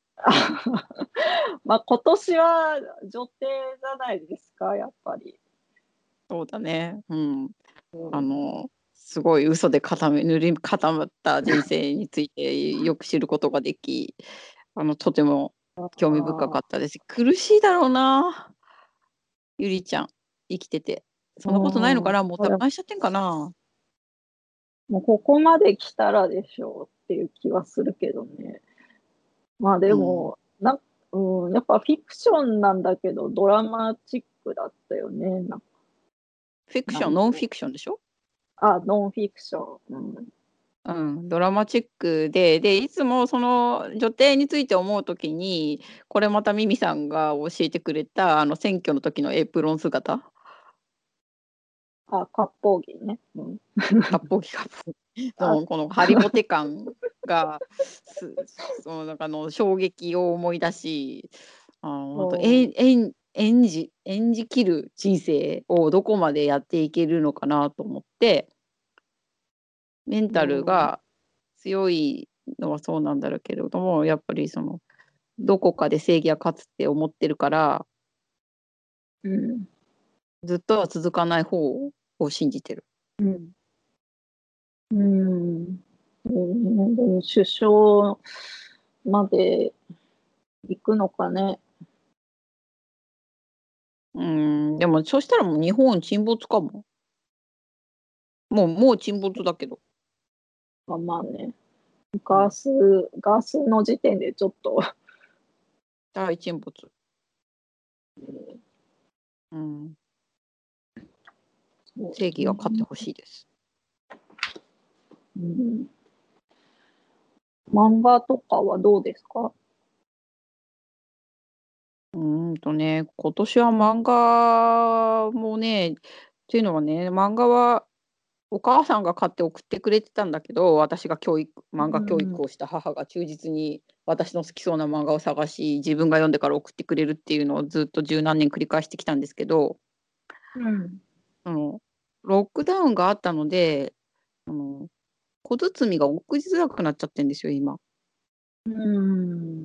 まあ、今年は女帝じゃないですか、やっぱり。 そうだね。うん。 うん。 あの、すごい嘘で固め塗り固まった人生についてよく知ることができ、あの、とても興味深かあったです。苦しいだろうな、ゆりちゃん、生きてて。 あ、 そんなことないのかな、もううん。いや、 他界しちゃってんかな。 もうここまで来たらでしょうっていう気はするけどね。まあでうん。 も、なうん、やっぱフィクションなんだけど、ドラマチックだったよね。なフィクション、 なんと。 ノンフィクションでしょ？ あ、ノンフィクション。うん。 うん、ドラマチックで、で、いつもその女帝について思うときに、これまたミミさんが教えてくれた、あの、選挙の時のエプロン姿、 あ、割烹着ね。うん。 割烹着割烹着あ、 のこのハリボテ感が、すそのなんかあの衝撃を思い出し、あのほんと、えうん。 んえん演じ演じきる人生をどこまでやっていけるのかなと思って、メンうタルん。 が強いのはそうなんだろうけれども、やっぱりそのどこかで正義は勝つって思ってるから、 うん。 ずっとは続かない方を信じてる。 うん。うん。うん、でも首相まで行くのかね。 うーん、でもそしたらもう日本沈没かも。もうもう沈没だけど、 まあまあね。 うん、 ガス、ガスの時点でちょっと、 大沈没。うん、 そう正義が勝ってね。 ほしいです。 うん、漫画とかはどうですか？ うーんとね、今年は漫画もねっていうのはね、漫画はお母さんが買って送ってくれてたんだけど、私が教育漫画教うん、 育をした母が忠実に私の好きそうな漫画を探し、自分が読んでから送ってくれるっていうのをずっと十何年繰り返してきたんですけど、 うん、 あの、ロックダウンがあったので、あの、小包が送りづらくなっちゃってんですよ、今。 うん、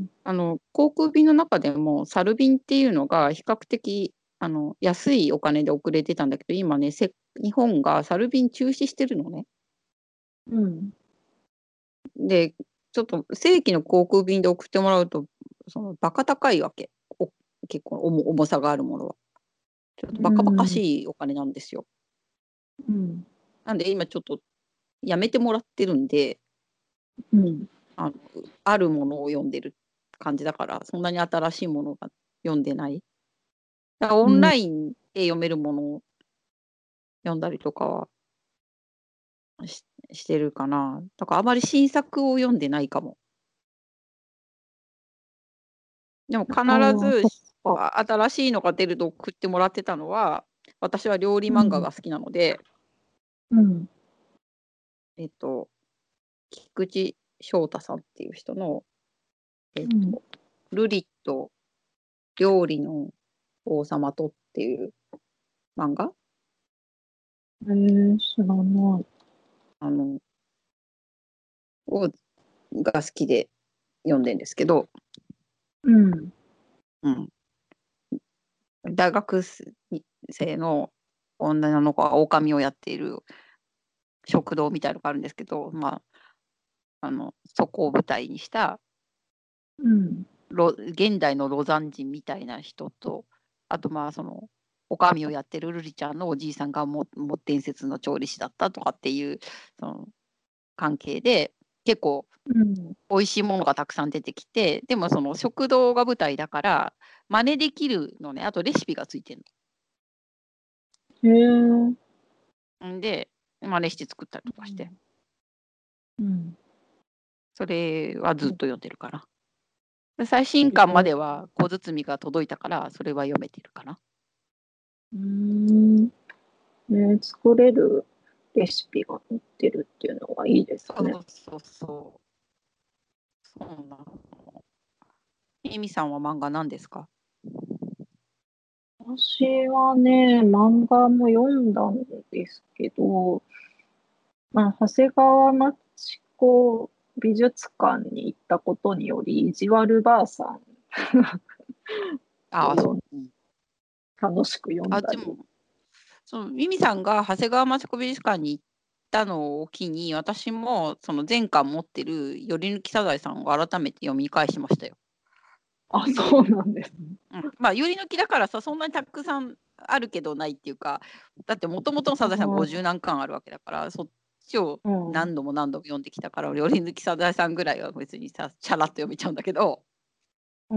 あの、航空便の中でもサル便っていうのが比較的、あの、安いお金で送れてたんだけど、今ね、せ日本がサル便中止してるのね。 うん、 で、ちょっと正規の航空便で送ってもらうと、そのバカ高いわけ。お結構重重さがあるものは。 ちょっとうバカバカん。 しいお金なんですよ。 うん。 なんで今ちょっとやめてもらってるんで、 うん。 あの、あるものを読んでる感じだから、そんなに新しいものが読んでない。だからオンうん。 ラインで読めるものを読んだりとかはししてるかな。だからあまり新作を読んでないかも。でも必ああ、 ず、 そっか。 あ新しいのが出ると送ってもらってたのは、私は料理うん。 漫画が好きなので、 うん。 えっと、菊池翔太さんっていう人の、えっうん。 と、ルリと料理の王様とっていう漫画えー、知らない。 あのをが好きで読んでんですけど、 うん。 うん、大学生の女の子が狼をやっている食堂みたいなのがあるんですけど、まあ、あのそこを舞台にしたうん。 ロ現代のロザン人みたいな人と、あとまあその女をやってるルリちゃんのおじいさんがもも伝説の調理師だったとかっていうその関係で結構うん。 美味しいものがたくさん出てきて、でもその食堂が舞台だから真似できるのね。あとレシピがついてるへえ。 の。んで真似して作ったりとかして、 うん。 それはずっうん。 と読んでるかな。で最新刊までは小包が届いたからそれは読めてるかな。 うーん。ね、作れるレシピが載ってるっていうのがいいですね。 そうそうそう。そうなの。エミさんは漫画何ですか？ 私はね、漫画も読んだんですけど、まあ、長谷川町子美術館に行ったことにより、意地悪ばあさんああ、そを読んう。うん、 楽しく読んあ、 だり。 でも、そのミミさんが長谷川町子美術館に行ったのを機に、私もその前巻持ってる頼抜サザエさんを改めて読み返しましたよ。 あ、そうなんですね。 うん、まあ頼抜だからさ、そんなにたくさんあるけどないっていうか、だってもともとのサザエさんごじゅう何巻あるわけだから、そっちをうん。うん。 何度も何度も読んできたから、頼抜サザエさんぐらいは別にさ、チャラッと読めちゃうんだけど、 うん。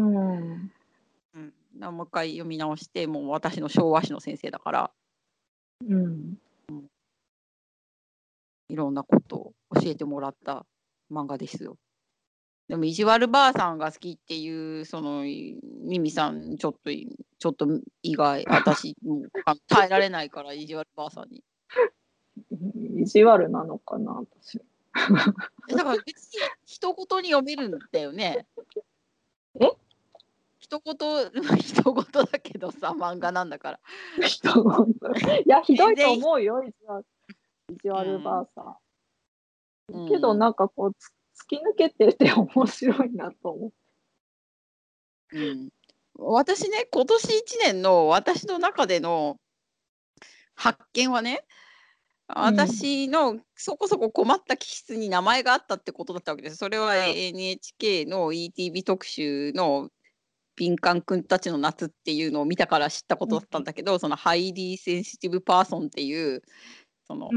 うん、もう一回読み直して、もう私の昭和史の先生だから、 うん。 うん、いろんなことを教えてもらった漫画ですよ。でも、意地悪ばあさんが好きっていう、その、ミミさん、ちょっと、ちょっと意外、私、もう耐えられないから、意地悪ばあさんに。 意地悪なのかな、私。 え、だから別に、一言に読めるんだよね。 え一言、一言だけどさ、漫画なんだから。 人のいや、ひどいと全然、 思うよ、意地悪意地悪ばうん、 あさうん。けど、 ん、 なんかこう、つ突き抜けてて面白いなと思って。 うん。私ね、今年一年の私の中での発見はね、 うん。 私のそこそこ困った気質に名前があったってことだったわけです。それは エヌエイチケー の イーティービー 特集の敏感くんたちの夏っていうのを見たから知ったことだったんだけど、そのハイリーセンシティブパーソンっていう、そのうん。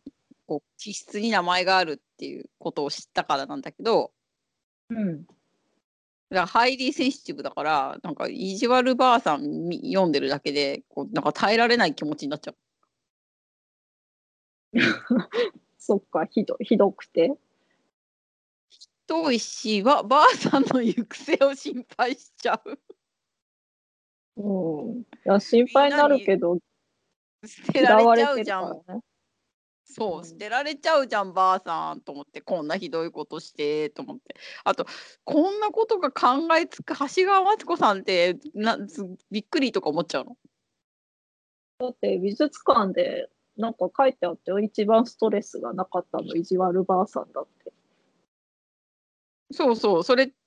こう気質に名前があるっていうことを知ったからなんだけど、 うん。 だからハイリーセンシティブだから、なんか意地悪ばあさん読んでるだけで、こうなんか耐えられない気持ちになっちゃう。 そっか、ひどひどくて。 遠いし、ばばあさんの行く末を心配しちゃう。 うん。いや、心みん配になるなにけど、 捨てら嫌れちゃわれてるうじゃん。 からね。 そう、捨うん。 てられちゃうじゃん、ばあさんと思って、こんなひどいことしてと思って。あと、こんなことが考えつく、長谷川町子さんってなびっくりとか思っちゃうの。 だって美術館でなんか書いてあってよ、一番ストレスがなかったの意地悪ばあさんだって。 そうそう、それって、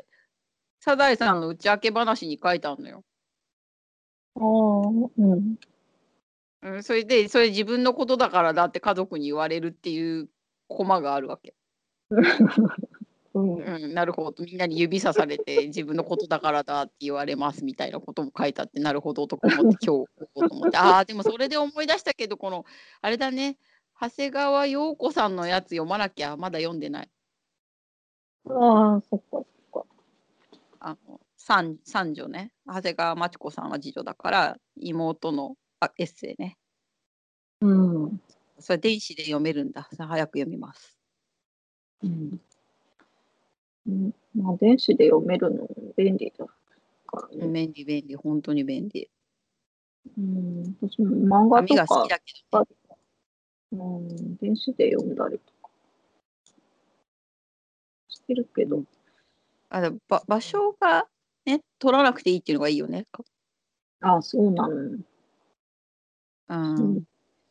サザエさんの打ち明け話に書いてあるのよ。 ああ、うん。 うん、それで、それ自分のことだからだって家族に言われるっていうコマがあるわけ。 うん。 うん、なるほど。みんなに指さされて、自分のことだからだって言われますみたいなことも書いてあって、なるほどとか思って、今日書こうと思って。ああ、でもそれで思い出したけど、この、あれだね、長谷川陽子さんのやつ読まなきゃ、まだ読んでない。 ああ、そっかそっか。 あの、三三女ね。長谷川町子さんは次女だから、妹のあエッセイね。 うん。 それ電子で読めるんだ。さあ早く読みます。 うんうんまあ、電子で読めるの便利だからね。 便利便利、本当に便利。 うん、私も漫画紙とか、 が好きだけどね。 うん、電子で読んだりとかしてるけど。 うん、あでば場所がね、取らなくていいっていうのがいいよね。 ああ、そうなの。 ううん。 ん。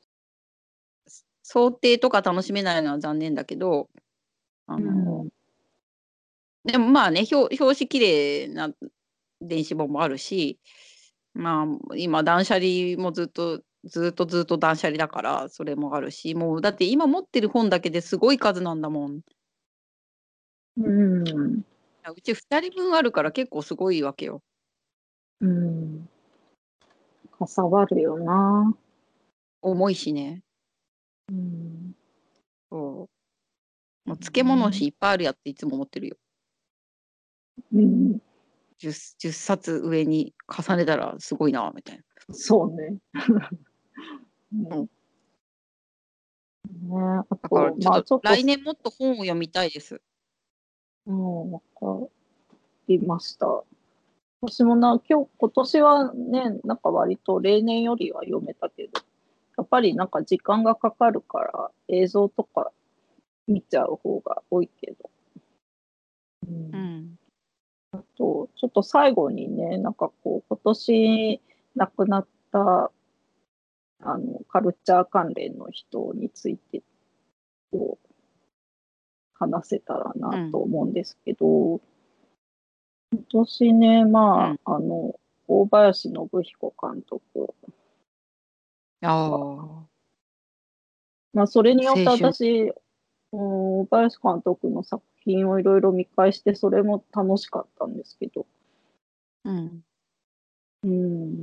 想定とか楽しめないのは残念だけど、あうの、 ん。 でもまあね、表表紙綺麗な電子本もあるし、まあ今断捨離もずっとずっとずっと断捨離だからそれもあるし、もうだって今持ってる本だけですごい数なんだもん。 うん。 うちふたりぶんあるから結構すごいわけよ。 うん。かさばるよな。 重いしね。 うん。 そう。もう漬物紙いっぱいあるやっていつも思ってるよ。 うん。 10, じゅっさつ上に重ねたらすごいなみたいな。 そうね。 うん、 ね、あだからと、 ちょっとまあちょっと、 来年もっと本を読みたいです。 うん、わかりました。私もな、今日、今年はね、なんか割と例年よりは読めたけど、やっぱりなんか時間がかかるから映像とか見ちゃう方が多いけど。うん、 うん。 と、ちょっと最後にね、なんかこう、今年亡くなったあのカルチャー関連の人についてこう話せたらなとうん。 思うんですけど、今年ね、まうん。 あ、あの、大林信彦監督ああ。 まあ、それによって青春。 私、大林監督の作品をいろいろ見返して、それも楽しかったんですけど、 うん。 うん、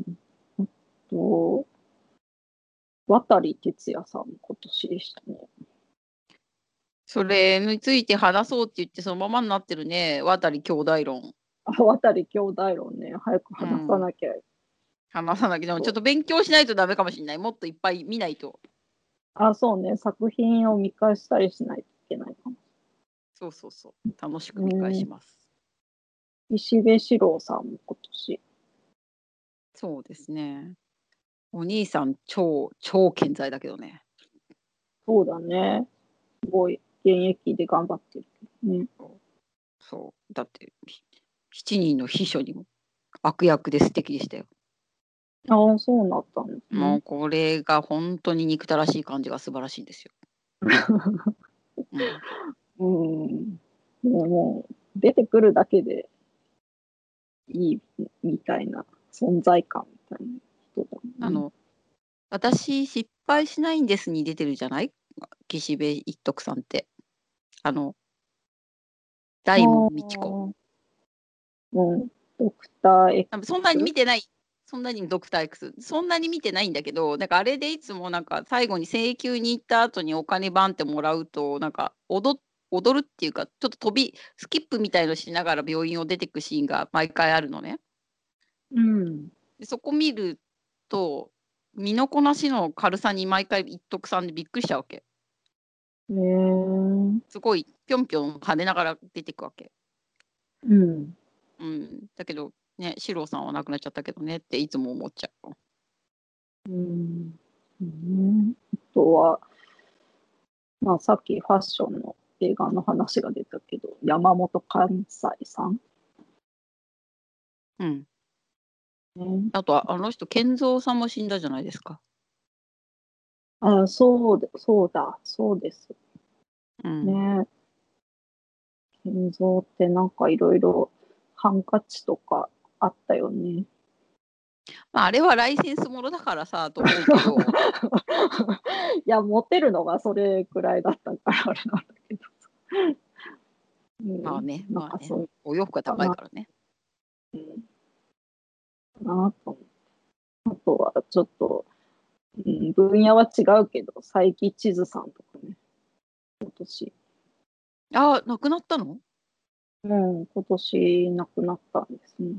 あと、渡哲也さん、今年でしたね。 それについて話そうって言ってそのままになってるね。渡兄弟論。 あ、渡兄弟論ね、早く話さうん。 なきゃ話さなきゃ。でもちょっと。 と勉強しないとダメかもしれない。もっといっぱい見ないと。 あ、そうね、作品を見返したりしないといけないかも。 そうそうそう。楽しく見返うん、 します。 石部四郎さんも今年。 そうですね。お兄さん超超健在だけどね。 そうだね。すごい現役で頑張ってるけどね。 そうそうだってしちにんの秘書にも悪役で素敵でしたよ。 ああ、そうなったんですね。 もうこれが本当に憎たらしい感じが素晴らしいんですよ。うん、 うん。でもう、出てくるだけでいいみたいな存在感みたいな人だもんね。 あの私失敗しないんですに出てるじゃない岸辺一徳さんって。あのあ大門未知子。 あ、うん。ドクターそんなに X? 見てない。そんなにドクター X。そんなに見てないんだけど、なんかあれでいつもなんか最後に請求に行った後にお金バンってもらうと、なんか踊踊るっていうか、ちょっと飛び、スキップみたいのしながら病院を出てくシーンが毎回あるのね。 うん。 でそこ見ると、身のこなしの軽さに毎回一徳さんでびっくりしちゃうわけ。 へえ。 すごいぴょんぴょん跳ねながら出てくわけ。 うん。 うん。だけど、ね、四郎さんは亡くなっちゃったけどねっていつも思っちゃう。 うん。うん、あとは、まあ、さっきファッションの映画の話が出たけど、山本関西さん。 うん。 ね、 あとは、あの人、健三さんも死んだじゃないですか。 あ、そうで、そうだ、そうです。 うん。 ね。建造ってなんかいろいろハンカチとかあったよね。 まあ、あれはライセンスものだからさ、と思うけど、 いや、モテるのがそれくらいだったからあれなんだけど。 うん、 まあね、まあね。 なんかそうお洋服がかな、 高いからね。 うん、なと思って。あとはちょっと、うん、分野は違うけど、佐伯千鶴さんとかね、今年、 ああ、亡くなったの？ うん、今年亡くなったんですね。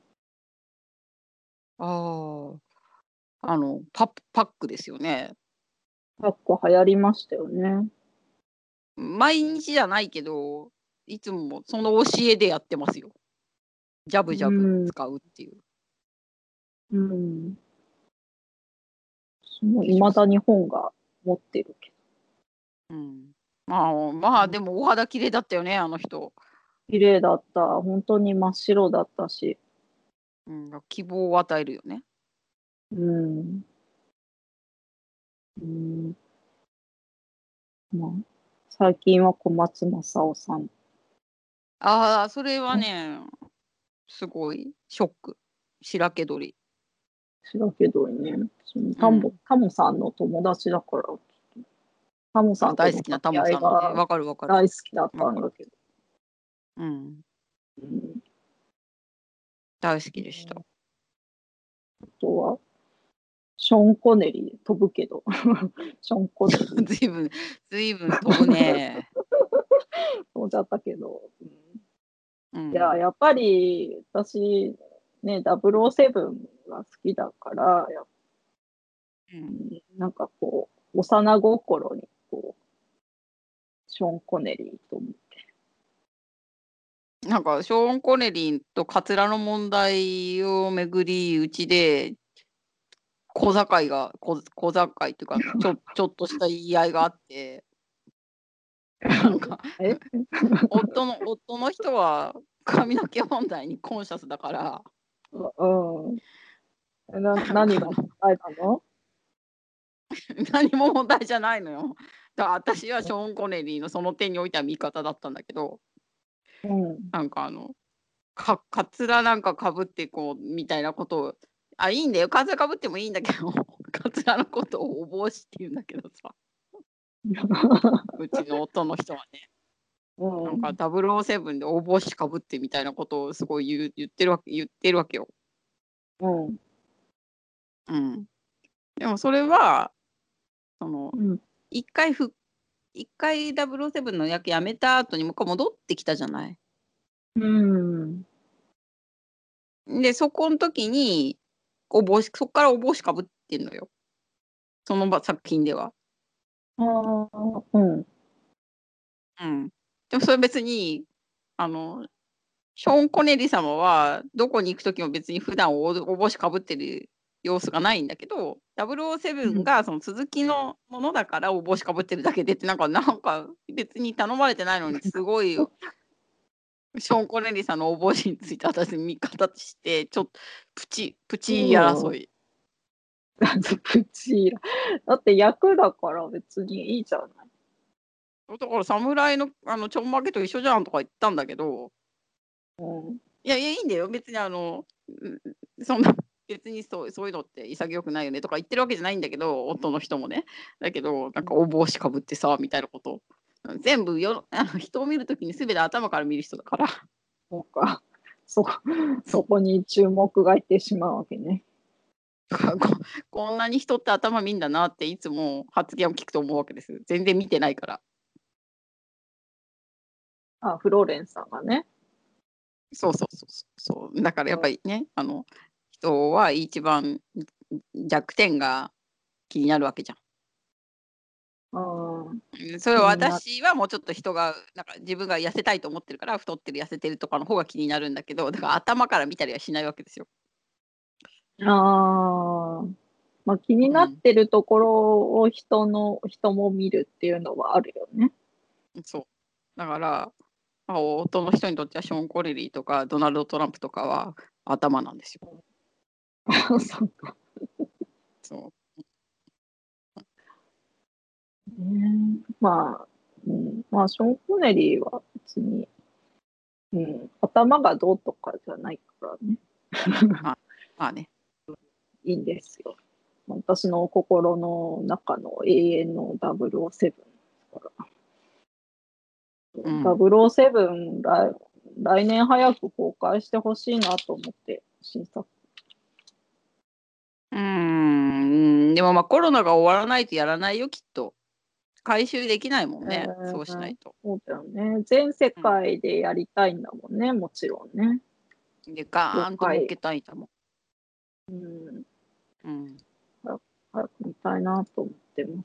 ああ、あの、パッパックですよね。 結構流行りましたよね。 毎日じゃないけど、いつもその教えでやってますよ。ジャブジャブうん、 使うっていう。 うん。いまだ化粧水。 に本が持ってるけうん。まあ、まあ、 ど。 でもお肌綺麗だったよね、あの人。 綺麗だった。本当に真っ白だったし。 うん、希望を与えるよね。 うん。うん、まあ、最近は小松政夫さん。 ああ、それはね、すごいショック。白毛鳥。 だけどね、そのタモ、 うん。 タモさんの友達だから、タモさあ、 んと大好きなタの掛けモさんのね、 合いがわかるわかる。 大好きだっわかる。 たんだけど。 うん。 うん、 大好きでした。 あとは、ショーン・コネリー飛ぶけど、ショーン・コネリずいぶん、ずいぶん飛ぶね。 ー飛んじゃったけど、うん、いや、 うん。 やっぱり私、ね、ダブルオーセブンが好きだから、やっうん。 うん、なんかこう、幼心に、こう、ショーン・コネリーと思って。 なんか、ショーン・コネリーとカツラの問題をめぐり、うちで小境が、小小境っていうか、ちょちょっとした言い合いがあって、なんか、 え夫の夫の人は髪の毛問題にコンシャスだから、 うん。な、 なんか、 何が問あの、 題なの？ 何も問題じゃないのよ。だから私はショーン・コネリーのその点においては味方だったんだけど、 うん。 なんかあの、かかつらなんかかぶってこうみたいなことを、あ、いいんだよ、かつらかぶってもいいんだけど、かつらのことをお帽子って言うんだけどさ、うちの夫の人はね、 うなんかん。 ダブルオーセブンでお帽子かぶってみたいなことをすごい言う言ってるわけ言ってるわけよ。 うん。 うん。でもそれは、その、 うん。 一回ふ一回ダブルオーセブンの役辞めた後にもう一回戻ってきたじゃない。 うん。 で、そこん時に、お帽子そっからお帽子かぶってんのよ。そのば作品では。 ああ、うん。 うん。でもそれ別に、あの、ショーン・コネリー様はどこに行く時も別に普段おお帽子かぶってる様子がないんだけど、ダブルオーセブンうん。 がその続きのものだからお帽子かぶってるだけでって、なんかなんか別に頼まれてないのにすごいショーン・コネリーさんのお帽子について私味方として、ちょっとプチプチうん。 争い。 プチーラ。だって役だから別にいいじゃない。 だから侍のあのちょんまげと一緒じゃんとか言ったんだけど、 うん。 いやいや、いいんだよ。別にあの、ん、そんな、別にそうそういうのって潔くないよねとか言ってるわけじゃないんだけど、夫の人もね。だけど、なんかお帽子かぶってさ、みたいなこと。全部よあの人を見るときに全て頭から見る人だから。 そうか。そ、そそう。 こに注目がいってしまうわけね。 だからここんなに人って頭見んだなっていつも発言を聞くと思うわけです。全然見てないから。 あ、フローレンスさんがね。 そうそうそうそう。だからやっうん。 ぱりね、あの、人は一番弱点が気になるわけじゃん。 ああ、 うん、それは気になる。 私はもうちょっと人が、なんか自分が痩せたいと思ってるから、太ってる、痩せてるとかの方が気になるんだけど、だから頭から見たりはしないわけですよ。 ああ、まあ気になっうん。 てるところを人の、人も見るっていうのはあるよね。 そう。だから、まあ、夫の人にとってはショーン・コレリーとかドナルド・トランプとかは頭なんですよ。 そうか。 そね、まあ、うん、まあ、ショーン・コネリーは別に、うん、頭がどうとかじゃないからね。 う。まあ、まあね。 いいんですよ。私の心の中の永遠のダブルオーセブンだから。 うんダブルオーセブン来来年早く公開してほしいなと思って、新作。 うーん、でもまあコロナが終わらないとやらないよ、きっと。回収できないもんえね、そうしなーいと。 そうだよね。全世うん、 界でやりたいんだもんね、もちろんね。 で、ガーンと儲了解。 けたいんだもうん、 ん。うん、 早く早く見たいなと思ってます。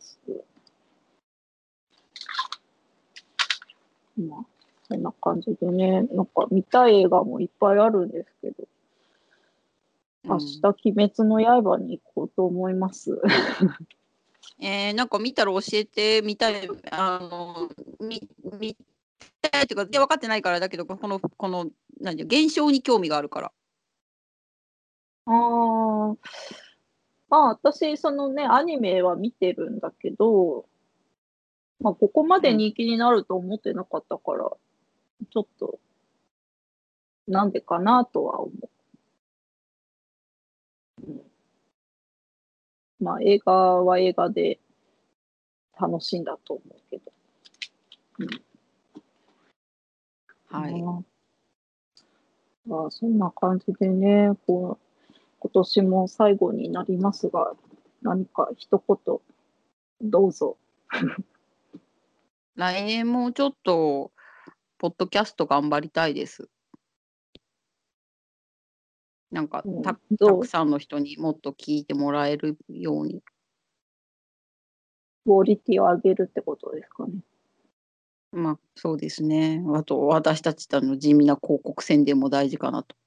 まあ、そんな感じでね、なんか見たい映画もいっぱいあるんですけど、明日、 うん。 鬼滅の刃に行こうと思います。 えー、なんか見たら教えてみたい、あの、み見たいっていうか、で分かってないからだけど、この、この、何現象に興味があるから。 ああ、まあ私、そのね、アニメは見てるんだけど、まあここまうん。 で人気になると思ってなかったから、ちょっと、なんでかなとは思う。うん、まあ映画は映画で楽しいんだと思うけど。うはい。 ん、まあそんな感じでね、こう、今年も最後になりますが、何か一言、どうぞ。 来年もちょっと、ポッドキャスト頑張りたいです。なんか、 うん、 たたどう、 くさんの人にもっと聞いてもらえるように。 クオリティを上げるってことですかね。 まあ、そうですね。あと、私たちの地味な広告宣伝も大事かなと。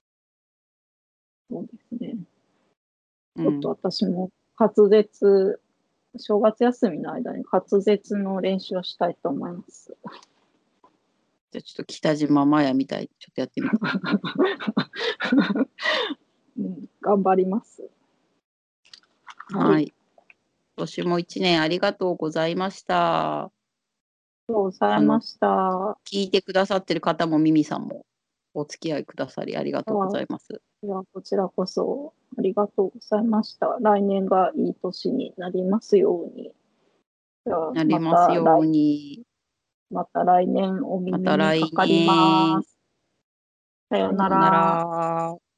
そうですね。ちょっとうん。 私も滑舌、正月休みの間に滑舌の練習をしたいと思います。 じゃあちょっと北島マヤみたいにちょっとやってみて。 うん、頑張ります。はい。ありはい。今年も一年ありがとうございました。 がとうございあの、 ました。 聞いてくださってる方もミミさんもお付き合いくださりありがとうございます。 いや、こちらこそありがとうございました。来年がいい年になりますように。じゃあ、 なりまますようた来、 に。 また来年おま耳にかた来かりま年。 す。さようなさようなら。 ら。